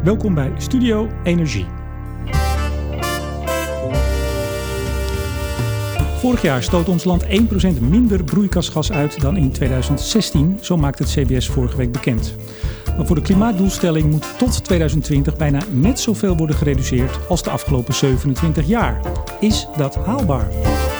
Welkom bij Studio Energie. Vorig jaar stoot ons land 1% minder broeikasgas uit dan in 2016, zo maakt het CBS vorige week bekend. Maar voor de klimaatdoelstelling moet tot 2020 bijna net zoveel worden gereduceerd als de afgelopen 27 jaar. Is dat haalbaar?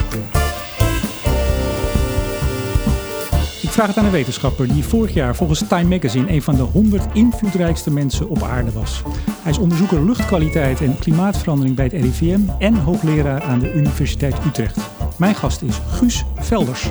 Ik vraag het aan een wetenschapper die vorig jaar volgens Time Magazine een van de 100 invloedrijkste mensen op aarde was. Hij is onderzoeker luchtkwaliteit en klimaatverandering bij het RIVM en hoogleraar aan de Universiteit Utrecht. Mijn gast is Guus Velders.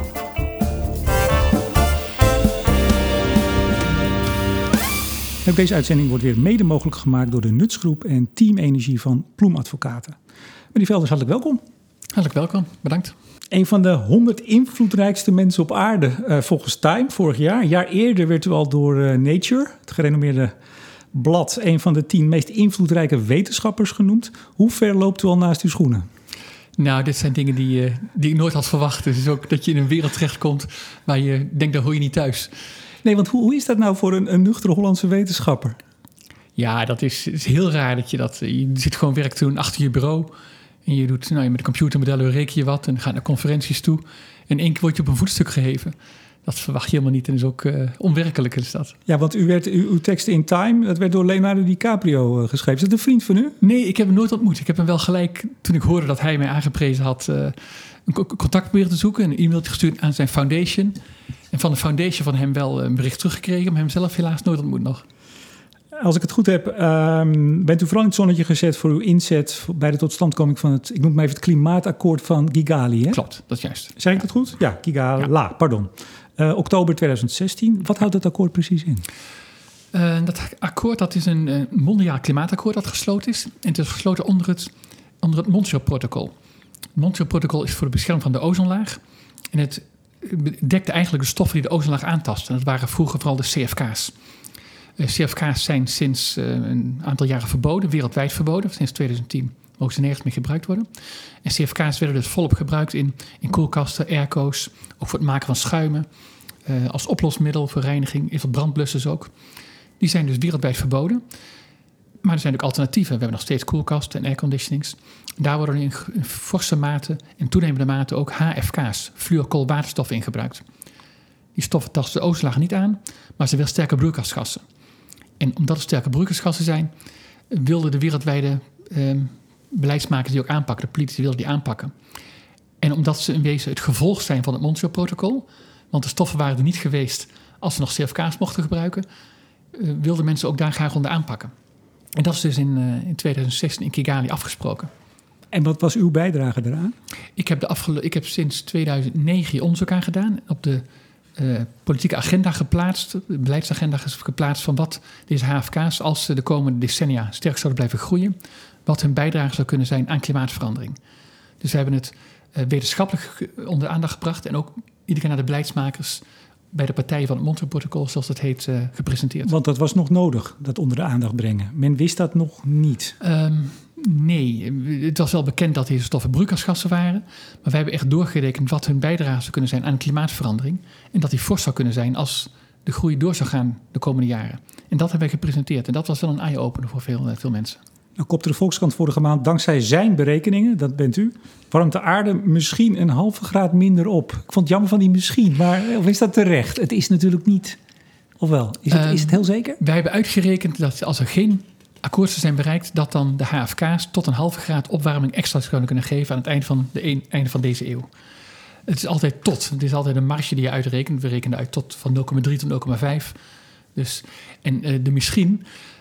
Ook deze uitzending wordt weer mede mogelijk gemaakt door de Nutsgroep en Team Energie van Ploem Advocaten. Meneer Velders, hartelijk welkom. Hartelijk welkom, bedankt. Een van de 100 invloedrijkste mensen op aarde volgens Time vorig jaar. Een jaar eerder werd u al door Nature, het gerenommeerde blad, een van de 10 meest invloedrijke wetenschappers genoemd. Hoe ver loopt u al naast uw schoenen? Nou, dit zijn dingen die ik nooit had verwacht. Dus het is ook dat je in een wereld terechtkomt waar je denkt, daar hoor je niet thuis. Nee, want hoe is dat nou voor een nuchtere Hollandse wetenschapper? Ja, dat is heel raar dat je zit gewoon werk te doen achter je bureau. En je doet met de computermodellen reken je wat en gaat naar conferenties toe. En één keer word je op een voetstuk geheven. Dat verwacht je helemaal niet en is ook onwerkelijk is dat. Ja, want uw teksten in Time, dat werd door Leonardo DiCaprio geschreven. Is dat een vriend van u? Nee, ik heb hem nooit ontmoet. Ik heb hem wel gelijk, toen ik hoorde dat hij mij aangeprezen had, een contact proberen te zoeken. Een e-mailtje gestuurd aan zijn foundation. En van de foundation van hem wel een bericht teruggekregen, maar hem zelf helaas nooit ontmoet nog. Als ik het goed heb, bent u vooral in het zonnetje gezet voor uw inzet bij de totstandkoming van het, ik noem het maar even het klimaatakkoord van Kigali. Hè? Klopt, dat is juist. Zeg ik dat goed? Ja, Kigali, ja. Pardon. Oktober 2016. Wat houdt dat akkoord precies in? Dat akkoord dat is een mondiaal klimaatakkoord dat gesloten is. En het is gesloten onder het Montreal-protocol. Het Montreal-protocol is voor de bescherming van de ozonlaag. En het dekte eigenlijk de stoffen die de ozonlaag aantasten. Dat waren vroeger vooral de CFK's. CFK's zijn sinds een aantal jaren verboden, wereldwijd verboden. Sinds 2010 mogen ze nergens meer gebruikt worden. En CFK's werden dus volop gebruikt in koelkasten, airco's, ook voor het maken van schuimen. Als oplosmiddel voor reiniging, even brandblussers ook. Die zijn dus wereldwijd verboden. Maar er zijn ook alternatieven. We hebben nog steeds koelkasten en airconditionings. Daar worden in forse mate en toenemende mate ook HFK's, fluorkoolwaterstoffen, in gebruikt. Die stoffen tasten de ozonlaag niet aan, maar ze wel sterke broeikasgassen. En omdat het sterke broeikasgassen zijn, wilden de wereldwijde beleidsmakers die ook aanpakken. De politici wilden die aanpakken. En omdat ze in wezen het gevolg zijn van het Montreal-protocol, want de stoffen waren er niet geweest als ze nog CFK's mochten gebruiken, wilden mensen ook daar graag onder aanpakken. En dat is dus in 2016 in Kigali afgesproken. En wat was uw bijdrage daaraan? Ik heb sinds 2009 onderzoek aan gedaan, op de politieke agenda geplaatst, de beleidsagenda geplaatst van wat deze HFK's, als ze de komende decennia sterk zouden blijven groeien, wat hun bijdrage zou kunnen zijn aan klimaatverandering. Dus we hebben het wetenschappelijk onder de aandacht gebracht en ook iedere keer naar de beleidsmakers bij de partijen van het Montreal-protocol, zoals dat heet, gepresenteerd. Want dat was nog nodig, dat onder de aandacht brengen. Men wist dat nog niet. Nee, het was wel bekend dat deze stoffen broeikasgassen waren. Maar wij hebben echt doorgerekend wat hun bijdrage zou kunnen zijn aan klimaatverandering. En dat die fors zou kunnen zijn als de groei door zou gaan de komende jaren. En dat hebben wij gepresenteerd. En dat was wel een eye-opener voor veel mensen. Nou kopte de Volkskrant vorige maand, dankzij zijn berekeningen, dat bent u, warmt de aarde misschien een halve graad minder op. Ik vond het jammer van die misschien, maar of is dat terecht? Het is natuurlijk niet. Of wel? Is het heel zeker? Wij hebben uitgerekend dat als er geen akkoord zijn bereikt, dat dan de HFK's tot een halve graad opwarming extra zouden kunnen geven aan het einde van deze eeuw. Het is altijd tot. Het is altijd een marge die je uitrekent. We rekenen uit tot van 0,3 tot 0,5. Dus, en de misschien,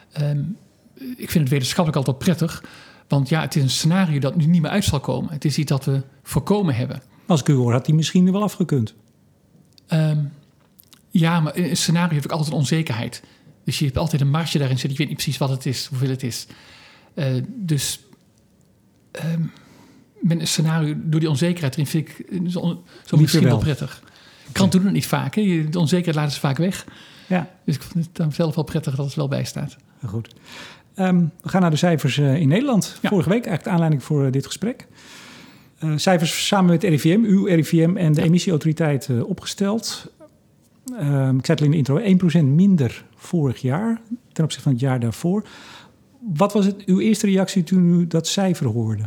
ik vind het wetenschappelijk altijd prettig, want ja, het is een scenario dat nu niet meer uit zal komen. Het is iets dat we voorkomen hebben. Als ik u hoor, had die misschien er wel afgekund. Ja, maar in een scenario heeft ook altijd een onzekerheid. Dus je hebt altijd een marge daarin zitten. Je weet niet precies wat het is, hoeveel het is. Met een scenario, door die onzekerheid erin, vind ik zo misschien wel prettig. Kranten doen het niet vaak. Hè? De onzekerheid laten ze vaak weg. Ja. Dus ik vind het dan zelf wel prettig dat het wel bij staat. Goed. We gaan naar de cijfers in Nederland. Ja. Vorige week eigenlijk de aanleiding voor dit gesprek. Cijfers samen met RIVM, uw RIVM en de emissieautoriteit opgesteld. Ik zei het al in de intro, 1% minder vorig jaar ten opzichte van het jaar daarvoor. Wat was uw eerste reactie toen u dat cijfer hoorde?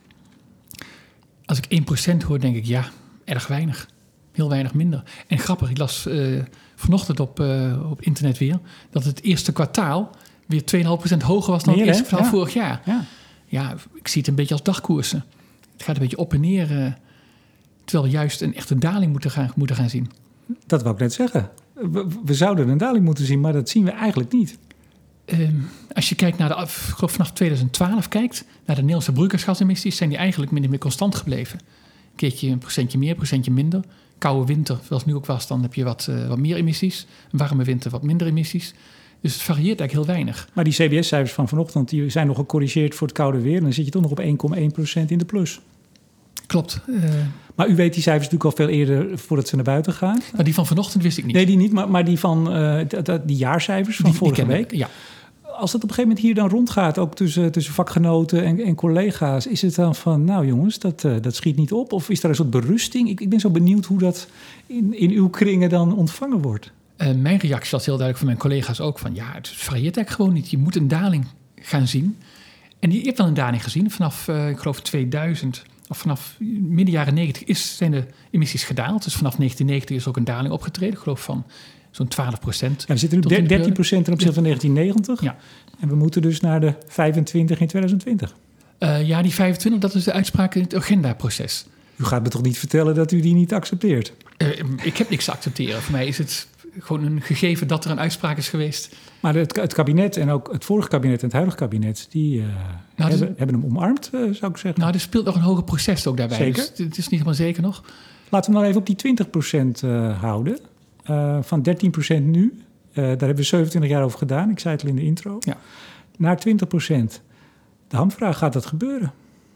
Als ik 1% hoor, denk ik ja, erg weinig. Heel weinig minder. En grappig, ik las vanochtend op internet weer dat het eerste kwartaal weer 2,5% hoger was dan het eerste kwartaal vorig jaar. Ja, ik zie het een beetje als dagkoersen. Het gaat een beetje op en neer, terwijl we juist een echte daling moeten gaan zien. Dat wou ik net zeggen. We zouden een daling moeten zien, maar dat zien we eigenlijk niet. Als je kijkt naar vanaf 2012 kijkt naar de Nederlandse broeikasgasemissies, zijn die eigenlijk min of meer constant gebleven. Een keertje een procentje meer, een procentje minder. Koude winter, zoals nu ook was, dan heb je wat meer emissies. Een warme winter, wat minder emissies. Dus het varieert eigenlijk heel weinig. Maar die CBS-cijfers van vanochtend die zijn nog gecorrigeerd voor het koude weer. En dan zit je toch nog op 1,1% in de plus. Klopt. Maar u weet die cijfers natuurlijk al veel eerder voordat ze naar buiten gaan. Nou, die van vanochtend wist ik niet. Nee, die niet, maar die van die jaarcijfers van vorige week. Ja. Als dat op een gegeven moment hier dan rondgaat, ook tussen vakgenoten en collega's, is het dan van, nou jongens, dat schiet niet op? Of is daar een soort berusting? Ik ben zo benieuwd hoe dat in uw kringen dan ontvangen wordt. Mijn reactie was heel duidelijk van mijn collega's ook van, ja, het varieert eigenlijk gewoon niet. Je moet een daling gaan zien. En je hebt wel een daling gezien. Vanaf, ik geloof 2000, of vanaf midden jaren 90 zijn de emissies gedaald. Dus vanaf 1990 is ook een daling opgetreden. Ik geloof van zo'n 12%. Ja, we zitten nu 13% ten opzichte van 1990. Ja. En we moeten dus naar de 25 in 2020. Ja, die 25, dat is de uitspraak in het agendaproces. U gaat me toch niet vertellen dat u die niet accepteert? Ik heb niks te accepteren. Voor mij is het gewoon een gegeven dat er een uitspraak is geweest. Maar het kabinet en ook het vorige kabinet en het huidige kabinet, die hebben hem omarmd, zou ik zeggen. Nou, er speelt nog een hoger proces ook daarbij. Zeker? Dus het is niet helemaal zeker nog. Laten we nou even op die 20% houden. Van 13% nu, daar hebben we 27 jaar over gedaan. Ik zei het al in de intro. Ja. Naar 20%. De hamvraag, gaat dat gebeuren?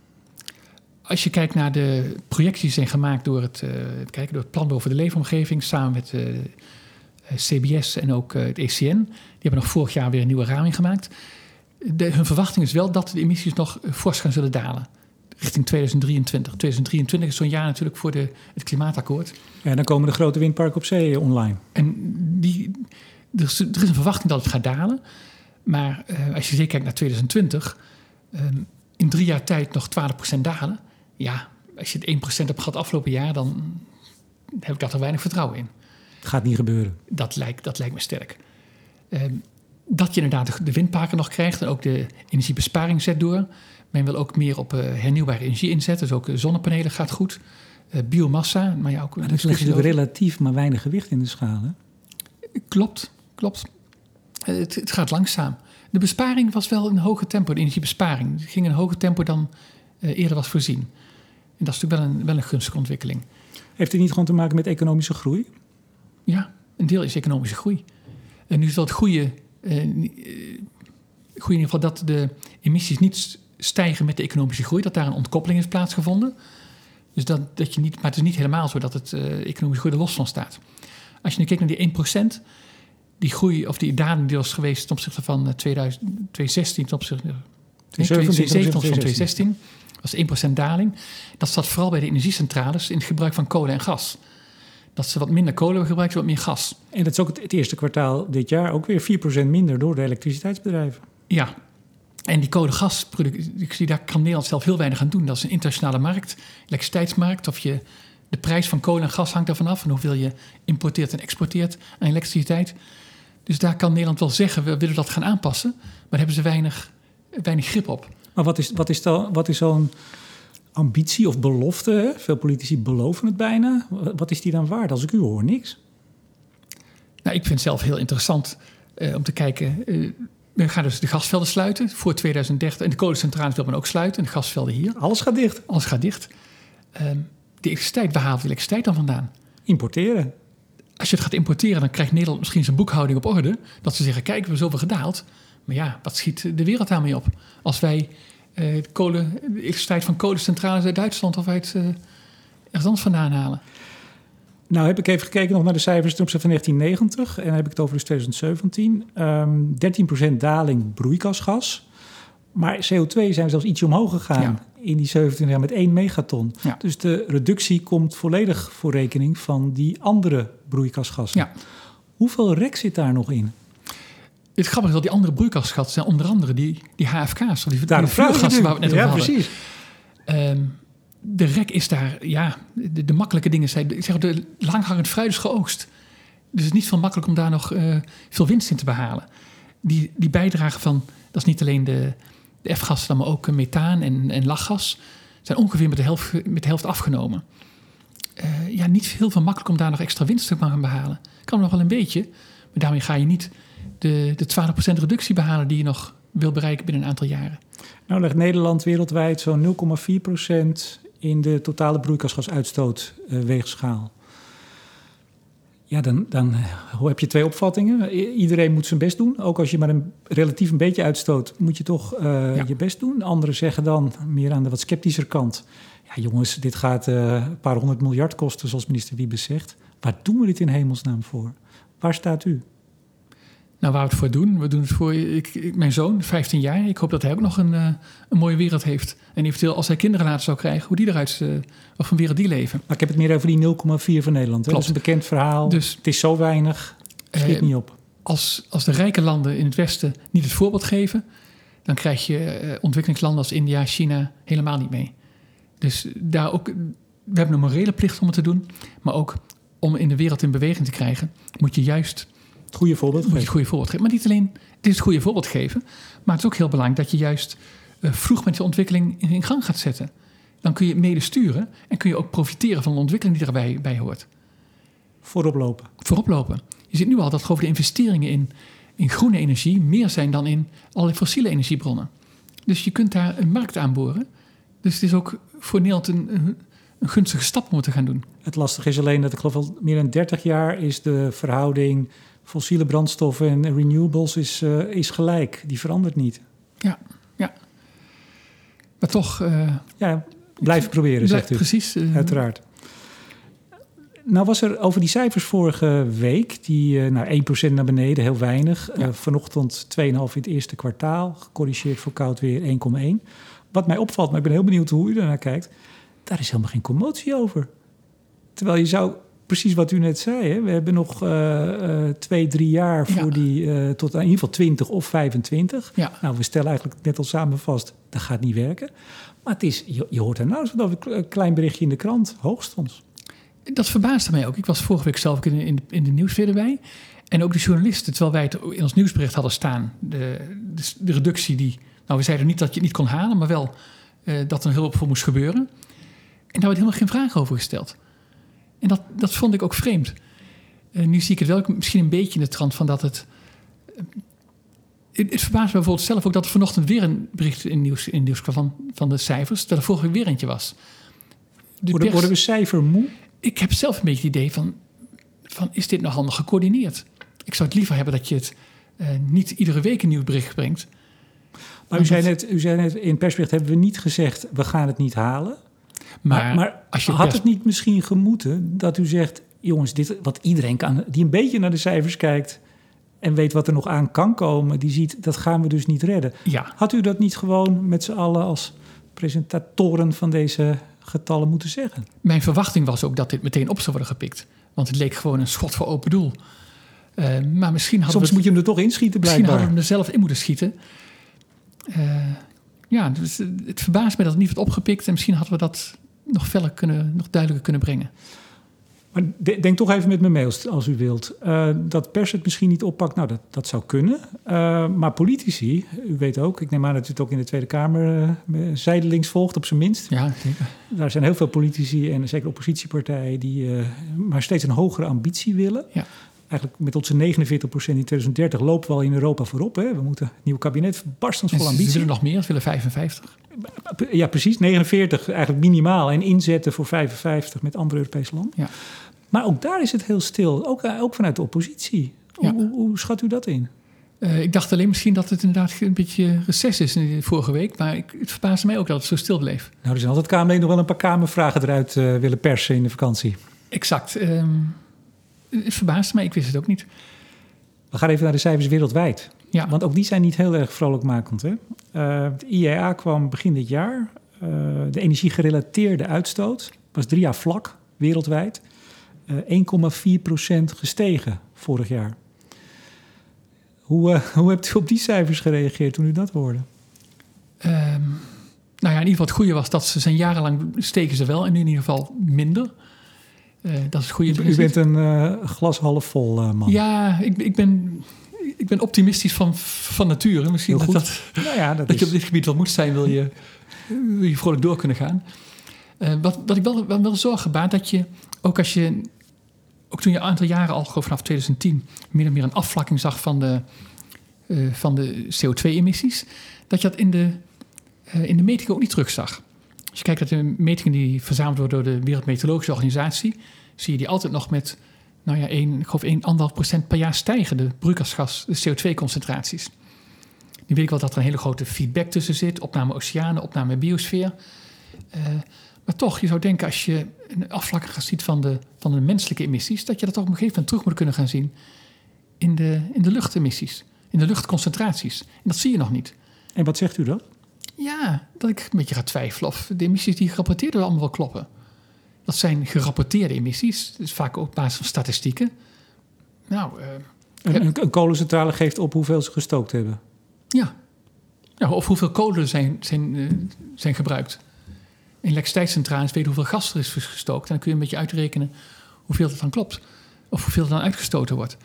Als je kijkt naar de projecties die zijn gemaakt door het Planbureau voor de Leefomgeving, samen met CBS en ook het ECN. Die hebben nog vorig jaar weer een nieuwe raming gemaakt. Hun verwachting is wel dat de emissies nog fors gaan zullen dalen. Richting 2023. 2023 is zo'n jaar natuurlijk voor het klimaatakkoord. Ja, dan komen de grote windparken op zee online. En er is een verwachting dat het gaat dalen. Maar als je zeker kijkt naar 2020... in 3 jaar tijd nog 12% dalen. Ja, als je het 1% hebt gehad afgelopen jaar, dan heb ik daar er weinig vertrouwen in. Het gaat niet gebeuren. Dat lijkt me sterk. Dat je inderdaad de windparken nog krijgt en ook de energiebesparing zet door. Men wil ook meer op hernieuwbare energie inzetten. Dus ook zonnepanelen gaat goed. Biomassa. Maar ja, ook maar dat ligt er relatief maar weinig gewicht in de schaal, hè? Klopt. Het gaat langzaam. De besparing was wel een hoger tempo, de energiebesparing. Het ging in een hoger tempo dan eerder was voorzien. En dat is natuurlijk wel een gunstige ontwikkeling. Heeft het niet gewoon te maken met economische groei? Ja, een deel is economische groei. En nu is dat het goede in ieder geval dat de emissies niet stijgen met de economische groei. Dat daar een ontkoppeling is plaatsgevonden. Dus dat je niet, maar het is niet helemaal zo dat het economische groei er los van staat. Als je nu kijkt naar die 1%... die groei of die daling die was geweest ten opzichte van 2016, ten opzichte van 2016, was 1% daling. Dat zat vooral bij de energiecentrales in het gebruik van kolen en gas. Dat ze wat minder kolen gebruiken, wat meer gas. En dat is ook het eerste kwartaal dit jaar ook weer 4% minder door de elektriciteitsbedrijven. Ja, en die kolen-gasproductie, daar kan Nederland zelf heel weinig aan doen. Dat is een internationale markt, elektriciteitsmarkt. Of de prijs van kolen en gas hangt daarvan af en hoeveel je importeert en exporteert aan elektriciteit. Dus daar kan Nederland wel zeggen, we willen dat gaan aanpassen. Maar daar hebben ze weinig grip op. Maar wat is zo'n ambitie of belofte? Hè? Veel politici beloven het bijna. Wat is die dan waard? Als ik u hoor, niks. Nou, ik vind het zelf heel interessant om te kijken. We gaan dus de gasvelden sluiten voor 2030. En de kolencentrales wil men ook sluiten. En de gasvelden hier. Alles gaat dicht. Alles gaat dicht. De elektriciteit, waar haalt de elektriciteit dan vandaan? Importeren. Als je het gaat importeren, dan krijgt Nederland misschien zijn boekhouding op orde. Dat ze zeggen, kijk, we hebben zoveel gedaald. Maar ja, wat schiet de wereld daarmee op? Als wij de elektriciteit van kolencentrales uit Duitsland of uit ergens anders vandaan halen. Nou, heb ik even gekeken nog naar de cijfers ten opzichte van 1990. En dan heb ik het over dus 2017. 13% daling broeikasgas. Maar CO2 zijn we zelfs ietsje omhoog gegaan in die 27 jaar met 1 megaton. Ja. Dus de reductie komt volledig voor rekening van die andere broeikasgassen. Ja. Hoeveel rek zit daar nog in? Het grappige is dat die andere broeikasgassen zijn onder andere die HFK's. Of die vuurgassen waar we het net over hadden. Precies. De rek is daar, de makkelijke dingen zijn. Ik zeg, de langhangend fruit is geoogst. Dus het is niet zo makkelijk om daar nog veel winst in te behalen. Die bijdrage van, dat is niet alleen de F-gassen, maar ook methaan en lachgas, zijn ongeveer met de helft afgenomen. Niet heel veel makkelijk om daar nog extra winst te gaan behalen. Kan nog wel een beetje, maar daarmee ga je niet de 12% reductie behalen die je nog wil bereiken binnen een aantal jaren. Nou legt Nederland wereldwijd zo'n 0,4% in de totale broeikasgasuitstoot weegschaal. Ja, dan heb je twee opvattingen. Iedereen moet zijn best doen. Ook als je maar relatief een beetje uitstoot, moet je toch je best doen. Anderen zeggen dan, meer aan de wat sceptischer kant, ja jongens, dit gaat een paar 100 miljard kosten, zoals minister Wiebes zegt. Waar doen we dit in hemelsnaam voor? Waar staat u? Nou, waar we het voor doen? We doen het voor mijn zoon, 15 jaar. Ik hoop dat hij ook nog een mooie wereld heeft. En eventueel, als hij kinderen later zou krijgen, hoe die eruit, wat voor wereld die leven. Maar ik heb het meer over die 0,4 van Nederland. Hè? Dat is een bekend verhaal. Dus, het is zo weinig, schiet niet op. Als de rijke landen in het Westen niet het voorbeeld geven, dan krijg je ontwikkelingslanden als India, China helemaal niet mee. Dus daar ook, we hebben een morele plicht om het te doen. Maar ook om in de wereld in beweging te krijgen, moet je juist het goede voorbeeld geven. Maar niet alleen het goede voorbeeld geven, maar het is ook heel belangrijk dat je juist vroeg met je ontwikkeling in gang gaat zetten. Dan kun je mede sturen en kun je ook profiteren van de ontwikkeling die erbij bij hoort. Voorop lopen. Je ziet nu al dat gewoon de investeringen in groene energie meer zijn dan in alle fossiele energiebronnen. Dus je kunt daar een markt aanboren. Dus het is ook voor Nederland een gunstige stap om het te gaan doen. Het lastige is alleen dat ik geloof al meer dan 30 jaar is de verhouding fossiele brandstoffen en renewables is gelijk. Die verandert niet. Ja. Maar toch... blijven proberen, zegt u. Precies. Uiteraard. Nou was er over die cijfers vorige week, die 1% naar beneden, heel weinig. Ja. Vanochtend 2,5 in het eerste kwartaal, gecorrigeerd voor koud weer 1,1. Wat mij opvalt, maar ik ben heel benieuwd hoe u daarnaar kijkt, daar is helemaal geen commotie over. Terwijl je zou, precies wat u net zei, hè, we hebben nog 2-3 jaar voor die, tot in ieder geval 20 of 25. Ja. Nou, we stellen eigenlijk net al samen vast, dat gaat niet werken. Maar het is, je hoort er nou eens wat over, een klein berichtje in de krant, hoogstens. Dat verbaasde mij ook. Ik was vorige week zelf in de nieuwsfeer erbij. En ook de journalisten, terwijl wij het in ons nieuwsbericht hadden staan, de reductie die... Nou, we zeiden niet dat je het niet kon halen, maar wel dat er een hulp voor moest gebeuren. En daar werd helemaal geen vraag over gesteld. En dat vond ik ook vreemd. Nu zie ik het wel misschien een beetje in de trant van dat het... Het verbaast me bijvoorbeeld zelf ook dat er vanochtend weer een bericht in nieuws kwam van de cijfers, terwijl er vorige week weer eentje was. Worden we cijfermoe? Ik heb zelf een beetje het idee van is dit nou handig gecoördineerd? Ik zou het liever hebben dat je het niet iedere week een nieuw bericht brengt. Maar u zei net, in persbericht hebben we niet gezegd, we gaan het niet halen. Maar als je had het niet misschien gemoeten dat u zegt, jongens, dit wat iedereen kan, die een beetje naar de cijfers kijkt en weet wat er nog aan kan komen, die ziet, dat gaan we dus niet redden. Ja. Had u dat niet gewoon met z'n allen als presentatoren van deze getallen moeten zeggen? Mijn verwachting was ook dat dit meteen op zou worden gepikt. Want het leek gewoon een schot voor open doel. Maar misschien soms moet je hem er toch inschieten, blijkbaar. Misschien hadden we hem er zelf in moeten schieten. Dus het verbaast me dat het niet wordt opgepikt. En misschien hadden we dat nog duidelijker kunnen brengen. Maar denk toch even met me mee als u wilt. Dat pers het misschien niet oppakt, nou, dat zou kunnen. Maar politici, u weet ook, ik neem aan dat u het ook in de Tweede Kamer zijdelings volgt, op zijn minst. Ja, zeker. Daar zijn heel veel politici en zeker oppositiepartijen die maar steeds een hogere ambitie willen. Ja. Eigenlijk met onze 49% in 2030 lopen we al in Europa voorop. Hè? We moeten het nieuwe kabinet barstensvol ambitie. Ze willen nog meer, ze willen 55. Ja, precies. 49 eigenlijk minimaal. En inzetten voor 55 met andere Europese landen. Ja. Maar ook daar is het heel stil. Ook vanuit de oppositie. Ja. Hoe schat u dat in? Ik dacht alleen misschien dat het inderdaad een beetje reces is in de vorige week. Maar het verbaasde mij ook dat het zo stil bleef. Nou, er zijn altijd Kamerleden nog wel een paar Kamervragen eruit willen persen in de vakantie. Exact. Het verbaasde mij, ik wist het ook niet. We gaan even naar de cijfers wereldwijd. Ja. Want ook die zijn niet heel erg vrolijkmakend. Hè? De IEA kwam begin dit jaar. De energiegerelateerde uitstoot was 3 jaar vlak wereldwijd. 1,4% gestegen vorig jaar. Hoe hebt u op die cijfers gereageerd toen u dat hoorde? In ieder geval het goede was dat ze zijn jarenlang steken ze wel en nu in ieder geval minder. Dat is het goede. U bent een glas half vol man. Ja, ik ben optimistisch van nature. Misschien dat je op dit gebied wat moet zijn, wil je vrolijk door kunnen gaan. Wat ik wel zorgen baart, dat je ook als je, ook toen je een aantal jaren al vanaf 2010 meer en meer een afvlakking zag van de CO2-emissies, dat je dat in de metingen ook niet terugzag. Als je kijkt naar de metingen die verzameld worden door de Wereldmeteorologische Organisatie, zie je die altijd nog met 1,5% per jaar stijgen, de broeikasgas, de CO2-concentraties. Nu weet ik wel dat er een hele grote feedback tussen zit, opname oceanen, opname biosfeer. Maar toch, je zou denken als je een afvlakking ziet van de menselijke emissies, dat je dat toch op een gegeven moment terug moet kunnen gaan zien in de luchtemissies, in de luchtconcentraties. En dat zie je nog niet. En wat zegt u dan? Ja, dat ik een beetje ga twijfelen of de emissies die gerapporteerd worden allemaal wel kloppen. Dat zijn gerapporteerde emissies, dus vaak ook op basis van statistieken. Een kolencentrale geeft op hoeveel ze gestookt hebben? Ja, of hoeveel kolen zijn gebruikt. In elektriciteitscentrales weet hoeveel gas er is gestookt. En dan kun je een beetje uitrekenen hoeveel dat dan klopt. Of hoeveel er dan uitgestoten wordt.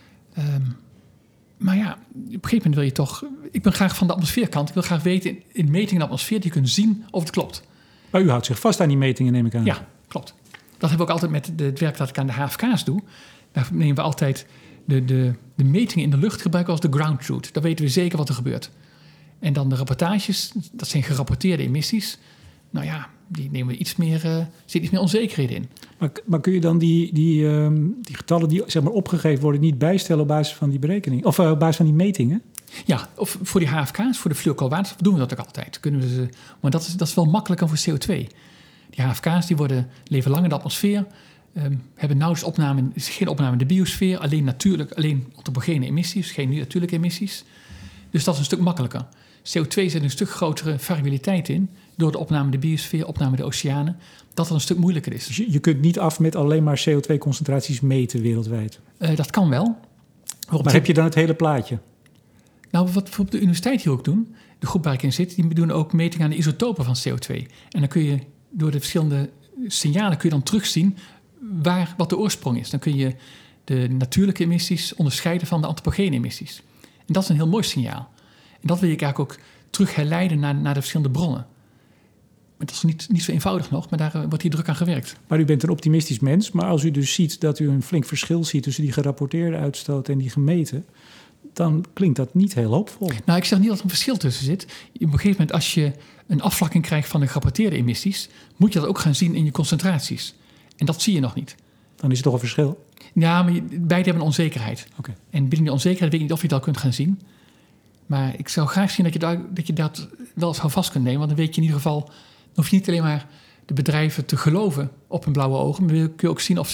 Maar ja, op een gegeven moment wil je toch... Ik ben graag van de atmosfeerkant. Ik wil graag weten in metingen in de atmosfeer die je kunt zien of het klopt. Maar u houdt zich vast aan die metingen, neem ik aan. Ja, klopt. Dat hebben we ook altijd met het werk dat ik aan de HFK's doe. Daar nemen we altijd de metingen in de lucht gebruiken als de ground truth. Dan weten we zeker wat er gebeurt. En dan de rapportages, dat zijn gerapporteerde emissies. Die nemen we zit iets meer onzekerheid in. Maar kun je dan die getallen die zeg maar opgegeven worden niet bijstellen op basis van die berekening? Of op basis van die metingen? Ja, of voor die HFK's, voor de fluorkoolwaterstof, doen we dat ook altijd. Maar dat is wel makkelijker voor CO2. Die HFK's die leven lang in de atmosfeer, hebben nauwelijks geen opname in de biosfeer, alleen antropogene emissies, geen natuurlijke emissies. Dus dat is een stuk makkelijker. CO2 zit een stuk grotere variabiliteit in, door de opname in de biosfeer, opname in de oceanen, dat het een stuk moeilijker is. Dus je kunt niet af met alleen maar CO2-concentraties meten wereldwijd? Dat kan wel. Maar heb je dan het hele plaatje? Wat bijvoorbeeld de universiteit hier ook doen, de groep waar ik in zit, die doen ook metingen aan de isotopen van CO2. En dan kun je door de verschillende signalen kun je dan terugzien wat de oorsprong is. Dan kun je de natuurlijke emissies onderscheiden van de antropogene emissies. En dat is een heel mooi signaal. En dat wil je eigenlijk ook terug herleiden naar de verschillende bronnen. Maar dat is niet zo eenvoudig nog, maar daar wordt hier druk aan gewerkt. Maar u bent een optimistisch mens, maar als u dus ziet dat u een flink verschil ziet tussen die gerapporteerde uitstoot en die gemeten, dan klinkt dat niet heel hoopvol. Ik zeg niet dat er een verschil tussen zit. Op een gegeven moment, als je een afvlakking krijgt van de gerapporteerde emissies, moet je dat ook gaan zien in je concentraties. En dat zie je nog niet. Dan is het toch een verschil? Ja, maar beide hebben een onzekerheid. Okay. En binnen die onzekerheid weet ik niet of je dat kunt gaan zien. Maar ik zou graag zien dat je dat wel eens vast kunt nemen. Want dan weet je in ieder geval, dan hoef je niet alleen maar de bedrijven te geloven op hun blauwe ogen, maar dan kun je ook zien of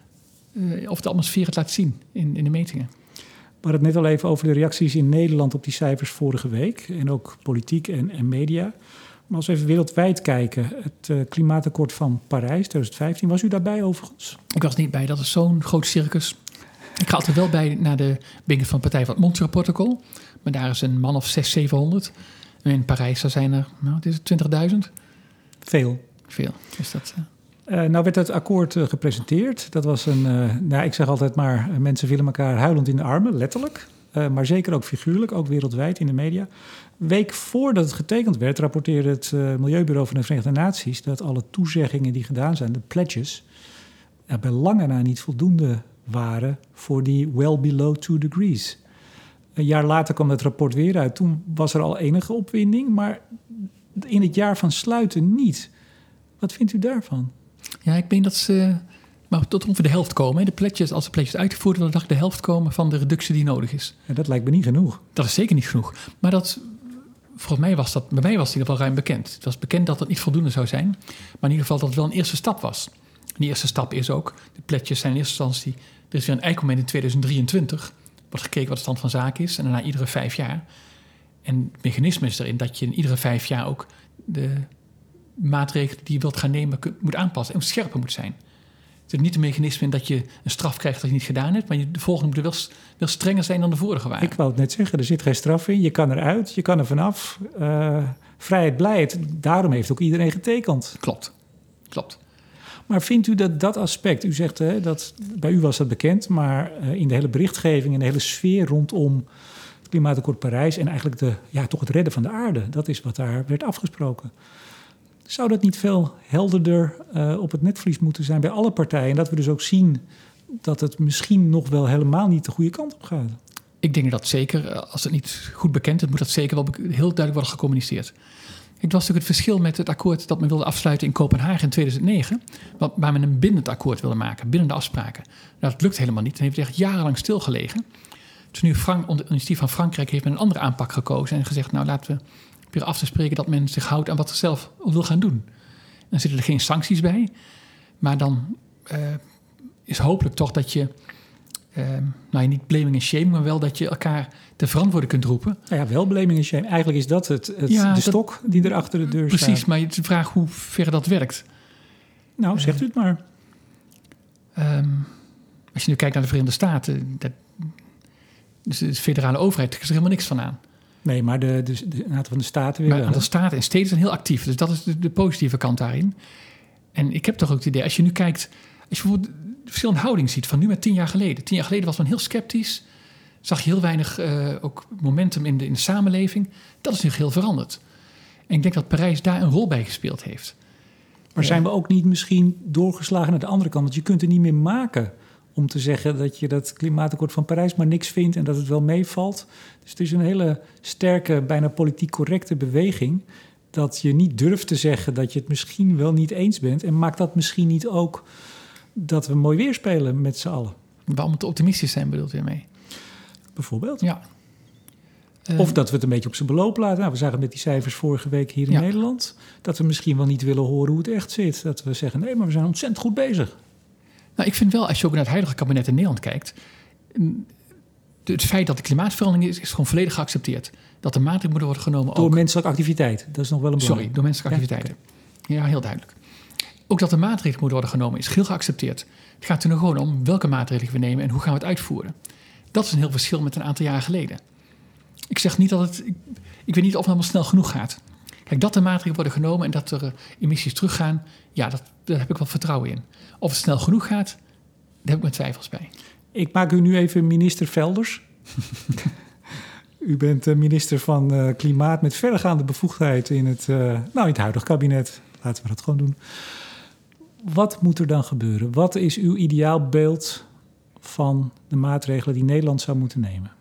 de atmosfeer het laat zien in de metingen. We hadden het net al even over de reacties in Nederland op die cijfers vorige week. En ook politiek en media. Maar als we even wereldwijd kijken. Het klimaatakkoord van Parijs 2015. Was u daarbij overigens? Ik was niet bij. Dat is zo'n groot circus. Ik ga altijd wel bij naar de bijeenkomst van de Partij van het Montreal Protocol. Maar daar is een man of 600-700. En in Parijs daar zijn er, wat is het, 20.000? Veel. Is dat... Nou werd het akkoord gepresenteerd. Dat was ik zeg altijd maar, mensen vielen elkaar huilend in de armen, letterlijk. Maar zeker ook figuurlijk, ook wereldwijd in de media. Een week voordat het getekend werd, rapporteerde het Milieubureau van de Verenigde Naties dat alle toezeggingen die gedaan zijn, de pledges, bij lange na niet voldoende waren voor die well below 2 degrees. Een jaar later kwam het rapport weer uit. Toen was er al enige opwinding, maar in het jaar van sluiten niet. Wat vindt u daarvan? Ja, ik denk dat ze maar tot ongeveer de helft komen. De pledges, als de pledges uitgevoerd worden, dan de helft komen van de reductie die nodig is. Ja, dat lijkt me niet genoeg. Dat is zeker niet genoeg. Maar bij mij was het in ieder geval ruim bekend. Het was bekend dat het niet voldoende zou zijn. Maar in ieder geval dat het wel een eerste stap was. En die eerste stap is ook, de pledges zijn in eerste instantie, er is weer een eikmoment in 2023. Wordt gekeken wat de stand van zaken is. En daarna iedere 5 jaar. En het mechanisme is erin dat je in iedere 5 jaar ook de maatregelen die je wilt gaan nemen moet aanpassen en scherper moet zijn. zit niet een mechanisme in dat je een straf krijgt als je niet gedaan hebt, maar de volgende moet wel strenger zijn dan de vorige waren. Ik wou het net zeggen, er zit geen straf in. Je kan eruit, je kan er vanaf. Vrijheid, blijheid, daarom heeft ook iedereen getekend. Klopt. Maar vindt u dat aspect, u zegt dat bij u was dat bekend, maar in de hele berichtgeving, in de hele sfeer rondom het Klimaatakkoord Parijs en eigenlijk toch het redden van de aarde, dat is wat daar werd afgesproken. Zou dat niet veel helderder op het netvlies moeten zijn bij alle partijen? En dat we dus ook zien dat het misschien nog wel helemaal niet de goede kant op gaat. Ik denk dat zeker, als het niet goed bekend is, moet dat zeker wel heel duidelijk worden gecommuniceerd. Het was natuurlijk het verschil met het akkoord dat men wilde afsluiten in Kopenhagen in 2009, waar men een bindend akkoord wilde maken, bindende afspraken. Nou, dat lukt helemaal niet en heeft echt jarenlang stilgelegen. Dus nu onder initiatief van Frankrijk heeft men een andere aanpak gekozen en gezegd, nou laten we proberen af te spreken dat men zich houdt aan wat ze zelf wil gaan doen. Dan zitten er geen sancties bij, maar dan is hopelijk toch dat je, niet blaming en shaming, maar wel dat je elkaar te verantwoorden kunt roepen. Nou ja, wel blaming en shaming. Eigenlijk is dat de stok die er achter de deur staat. Precies, maar het is de vraag hoe ver dat werkt. Nou, zegt u het maar. Als je nu kijkt naar de Verenigde Staten, dus de federale overheid is er helemaal niks van aan. Nee, maar de aantal van de staten weer. Maar een aantal staten en steden zijn heel actief. Dus dat is de positieve kant daarin. En ik heb toch ook het idee, als je nu kijkt, als je bijvoorbeeld de verschillende houding ziet van nu met 10 jaar geleden. 10 jaar geleden was men heel sceptisch. Zag je heel weinig ook momentum in de samenleving. Dat is nu heel veranderd. En ik denk dat Parijs daar een rol bij gespeeld heeft. Maar zijn we ook niet misschien doorgeslagen naar de andere kant? Want je kunt er niet meer maken om te zeggen dat je dat klimaatakkoord van Parijs maar niks vindt en dat het wel meevalt. Dus het is een hele sterke, bijna politiek correcte beweging dat je niet durft te zeggen dat je het misschien wel niet eens bent. En maakt dat misschien niet ook dat we mooi weer spelen met z'n allen? Waarom te optimistisch zijn bedoelt u ermee? Bijvoorbeeld. Ja. Of dat we het een beetje op zijn beloop laten. Nou, we zagen met die cijfers vorige week hier in Nederland dat we misschien wel niet willen horen hoe het echt zit. Dat we zeggen, nee, maar we zijn ontzettend goed bezig. Nou, ik vind wel, als je ook naar het huidige kabinet in Nederland kijkt, het feit dat de klimaatverandering is gewoon volledig geaccepteerd. Dat de maatregelen moeten worden genomen door menselijke activiteit. Dat is nog wel een belang. Sorry, door menselijke activiteiten. Okay. Ja, heel duidelijk. Ook dat de maatregelen moeten worden genomen is heel geaccepteerd. Het gaat er nu gewoon om welke maatregelen we nemen en hoe gaan we het uitvoeren. Dat is een heel verschil met een aantal jaren geleden. Ik zeg niet dat het... Ik weet niet of het allemaal snel genoeg gaat. Kijk, dat de maatregelen worden genomen en dat er emissies teruggaan, ja, daar heb ik wel vertrouwen in. Of het snel genoeg gaat, daar heb ik mijn twijfels bij. Ik maak u nu even minister Velders. U bent minister van Klimaat met verregaande bevoegdheid in het huidige kabinet. Laten we dat gewoon doen. Wat moet er dan gebeuren? Wat is uw ideaalbeeld van de maatregelen die Nederland zou moeten nemen?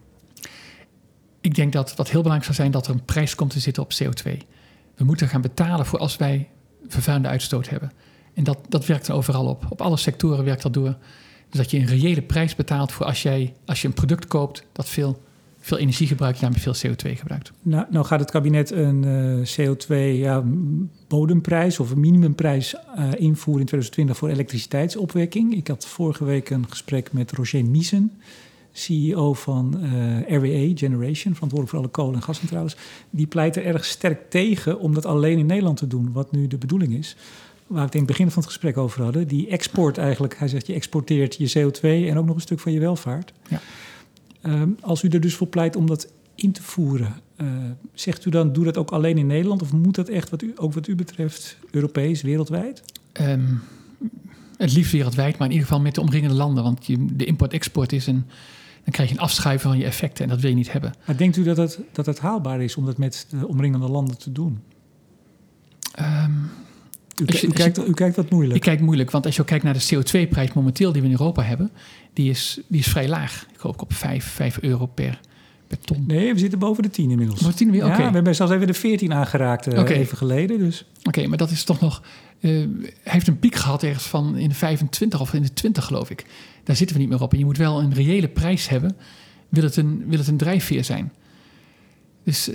Ik denk dat wat heel belangrijk zou zijn dat er een prijs komt te zitten op CO2. We moeten gaan betalen voor als wij vervuilende uitstoot hebben. En dat werkt er overal op. Op alle sectoren werkt dat door. Dus dat je een reële prijs betaalt voor als je een product koopt dat veel energie gebruikt, daarmee veel CO2 gebruikt. Nou gaat het kabinet een CO2-bodemprijs of een minimumprijs invoeren in 2020 voor elektriciteitsopwekking. Ik had vorige week een gesprek met Roger Miesen, CEO van RWE Generation, verantwoordelijk voor alle kolen- en gascentrales. Die pleit er erg sterk tegen om dat alleen in Nederland te doen, wat nu de bedoeling is. Waar we het in het begin van het gesprek over hadden. Die export eigenlijk, hij zegt je exporteert je CO2 en ook nog een stuk van je welvaart. Ja. Als u er dus voor pleit om dat in te voeren, zegt u dan, doe dat ook alleen in Nederland? Of moet dat echt, wat u betreft, Europees, wereldwijd? Het liefst wereldwijd, maar in ieder geval met de omringende landen. Want de import-export is dan krijg je een afschuiven van je effecten en dat wil je niet hebben. Maar denkt u dat het haalbaar is om dat met de omringende landen te doen? U kijkt wat moeilijk. Ik kijk moeilijk, want als je ook kijkt naar de CO2-prijs momenteel die we in Europa hebben, die is vrij laag. Ik hoop op 5 euro per ton. Nee, we zitten boven de 10 inmiddels. Boven 10 weer? Ja, okay. We hebben zelfs even de 14 aangeraakt even geleden. Dus. Oké, maar dat is toch nog... hij heeft een piek gehad ergens van in de 25 of in de 20, geloof ik. Daar zitten we niet meer op. En je moet wel een reële prijs hebben, wil het een drijfveer zijn. Dus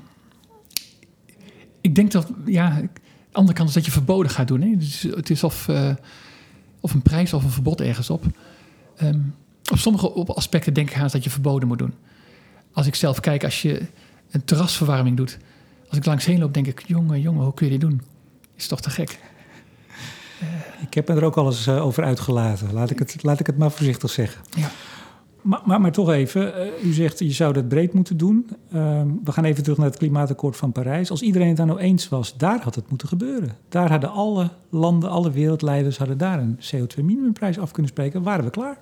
ik denk dat... De andere kant is dat je verboden gaat doen. Hè? Dus het is of een prijs of een verbod ergens op. Op sommige aspecten denk ik haast dat je verboden moet doen. Als ik zelf kijk, als je een terrasverwarming doet. Als ik langs heen loop, denk ik, jongen, hoe kun je dit doen? Is toch te gek? Ik heb me er ook al eens over uitgelaten. Laat ik het maar voorzichtig zeggen. Ja. Maar toch even, u zegt je zou dat breed moeten doen. We gaan even terug naar het klimaatakkoord van Parijs. Als iedereen het daar nou eens was, daar had het moeten gebeuren. Daar hadden alle landen, alle wereldleiders hadden daar een CO2-minimumprijs af kunnen spreken. Waren we klaar?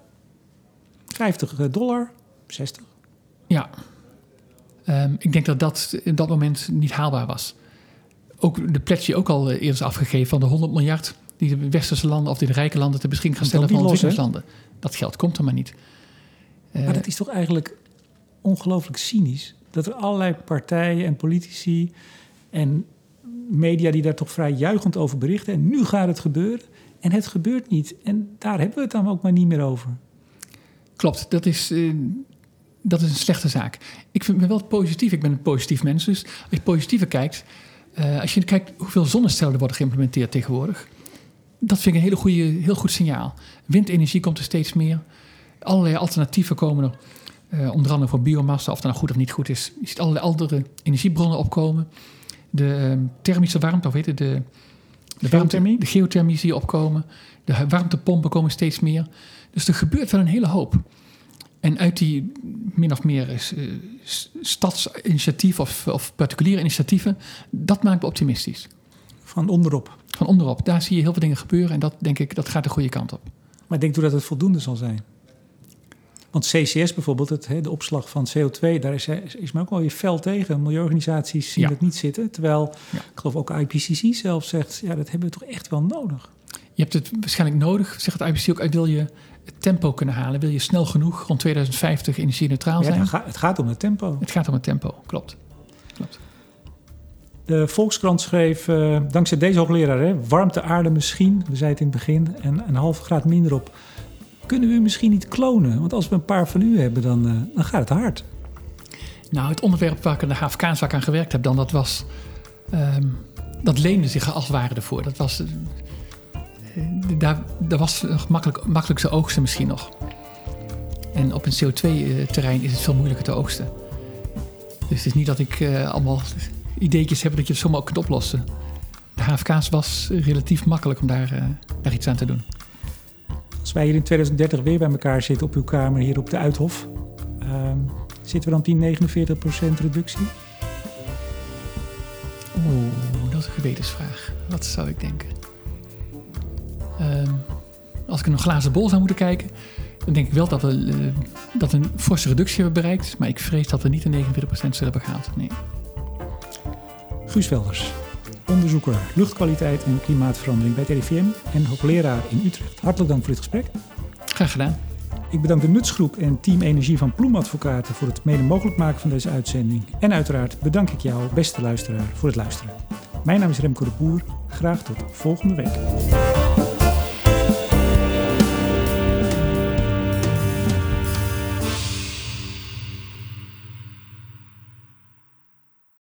$50, 60. Ja, ik denk dat in dat moment niet haalbaar was. Ook de pledge die ook al eerder is afgegeven van de 100 miljard... die de westerse landen of die de rijke landen ter beschikking gaan stellen van ontwikkelingslanden. Dat geld komt er maar niet. Maar dat is toch eigenlijk ongelooflijk cynisch. Dat er allerlei partijen en politici en media die daar toch vrij juichend over berichten. En nu gaat het gebeuren. En het gebeurt niet. En daar hebben we het dan ook maar niet meer over. Klopt, dat is een slechte zaak. Ik vind me wel positief. Ik ben een positief mens. Dus als je positiever kijkt... als je kijkt hoeveel zonnecellen er worden geïmplementeerd tegenwoordig... dat vind ik een heel goed signaal. Windenergie komt er steeds meer. Allerlei alternatieven komen er. Onder andere voor biomassa, of dat nou goed of niet goed is. Je ziet allerlei andere energiebronnen opkomen. De thermische warmte, of weet je, de geothermie zie je opkomen. De warmtepompen komen steeds meer. Dus er gebeurt wel een hele hoop. En uit die min of meer stadsinitiatieven of particuliere initiatieven... dat maakt me optimistisch. Van onderop? Van onderop. Daar zie je heel veel dingen gebeuren en dat denk ik, dat gaat de goede kant op. Maar denkt u dat het voldoende zal zijn? Want CCS bijvoorbeeld, de opslag van CO2... daar is men ook wel weer fel tegen. Milieuorganisaties zien het niet zitten. Terwijl, ik geloof ook IPCC zelf zegt... ja, dat hebben we toch echt wel nodig. Je hebt het waarschijnlijk nodig, zegt het IPCC ook... wil je het tempo kunnen halen? Wil je snel genoeg rond 2050 energie-neutraal zijn? Het gaat om het tempo. Het gaat om het tempo, klopt. De Volkskrant schreef, dankzij deze hoogleraar... warmt de aarde misschien, we zeiden het in het begin... en een halve graad minder op... Kunnen we u misschien niet klonen? Want als we een paar van u hebben, dan gaat het hard. Nou, het onderwerp waar ik in de HFK's aan gewerkt heb... dat leende zich als het ware ervoor. Dat was... Daar was nog makkelijkste oogsten misschien nog. En op een CO2-terrein is het veel moeilijker te oogsten. Dus het is niet dat ik allemaal ideetjes heb... dat je het zomaar ook kunt oplossen. De HFK's was relatief makkelijk om daar iets aan te doen. Als wij hier in 2030 weer bij elkaar zitten op uw kamer hier op de Uithof... zitten we dan op die 49% reductie? Oeh, dat is een gewetensvraag. Wat zou ik denken? Als ik in een glazen bol zou moeten kijken... dan denk ik wel dat we een forse reductie hebben bereikt... maar ik vrees dat we niet de 49% zullen behaald. Nee. Guus Velders, onderzoeker luchtkwaliteit en klimaatverandering bij het RIVM... en hoogleraar in Utrecht. Hartelijk dank voor dit gesprek. Graag gedaan. Ik bedank de Nutsgroep en Team Energie van Ploem Advocaten... voor het mede mogelijk maken van deze uitzending. En uiteraard bedank ik jou, beste luisteraar, voor het luisteren. Mijn naam is Remco de Boer. Graag tot volgende week.